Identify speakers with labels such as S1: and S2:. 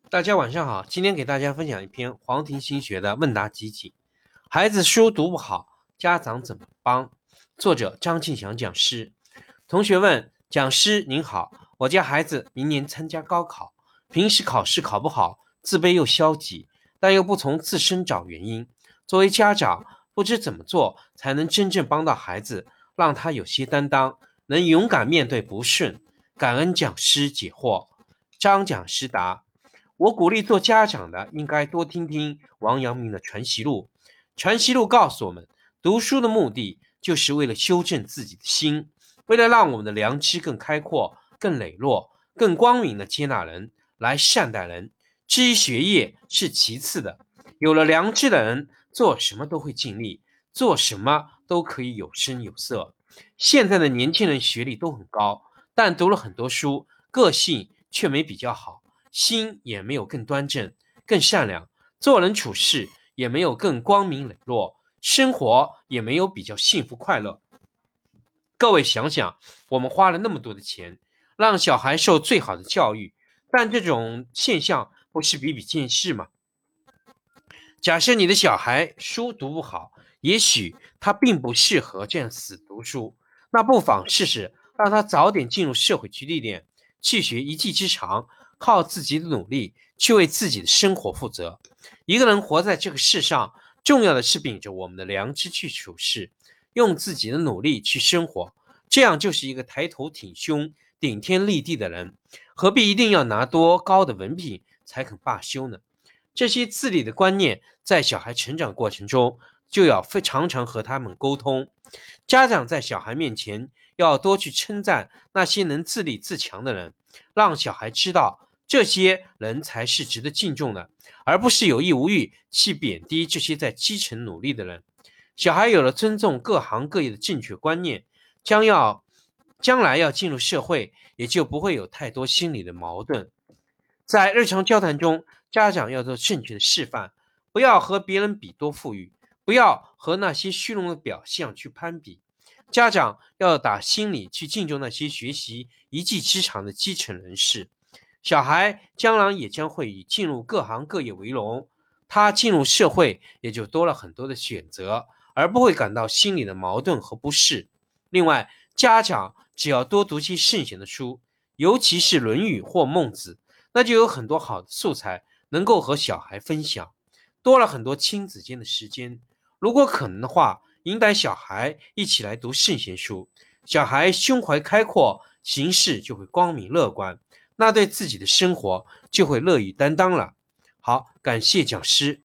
S1: 大家晚上好，今天给大家分享一篇黄庭心学的问答集锦。孩子书读不好，家长怎么帮？作者张庆祥讲师。同学问：讲师您好，我家孩子明年参加高考，平时考试考不好，自卑又消极，但又不从自身找原因。作为家长，不知怎么做才能真正帮到孩子，让他有些担当，能勇敢面对不顺。感恩讲师解惑。张讲师答：我鼓励做家长的应该多听听王阳明的《传习录》。《传习录》告诉我们，读书的目的就是为了修正自己的心，为了让我们的良知更开阔、更磊落、更光明的接纳人，来善待人。至于学业是其次的，有了良知的人，做什么都会尽力，做什么都可以有声有色。现在的年轻人学历都很高，但读了很多书，个性却没比较好。心也没有更端正、更善良，做人处事也没有更光明磊落，生活也没有比较幸福快乐。各位想想，我们花了那么多的钱，让小孩受最好的教育，但这种现象不是比比皆是吗？假设你的小孩书读不好，也许他并不适合这样死读书，那不妨试试让他早点进入社会去历练，去学一技之长，靠自己的努力去为自己的生活负责。一个人活在这个世上，重要的是秉着我们的良知去处事，用自己的努力去生活，这样就是一个抬头挺胸、顶天立地的人。何必一定要拿多高的文凭才肯罢休呢？这些自理的观念，在小孩成长过程中就要常常和他们沟通。家长在小孩面前要多去称赞那些能自立自强的人，让小孩知道这些人才是值得敬重的，而不是有意无意去贬低这些在基层努力的人。小孩有了尊重各行各业的正确观念，将来要进入社会，也就不会有太多心理的矛盾。在日常交谈中，家长要做正确的示范，不要和别人比多富裕，不要和那些虚荣的表象去攀比。家长要打心里去敬重那些学习一技之长的基层人士。小孩将来也将会以进入各行各业为荣，他进入社会也就多了很多的选择，而不会感到心里的矛盾和不适。另外，家长只要多读些圣贤的书，尤其是《论语》或《孟子》，那就有很多好的素材能够和小孩分享，多了很多亲子间的时间。如果可能的话，引导小孩一起来读圣贤书，小孩胸怀开阔，行事就会光明乐观，那对自己的生活就会乐于担当了。好，感谢讲师。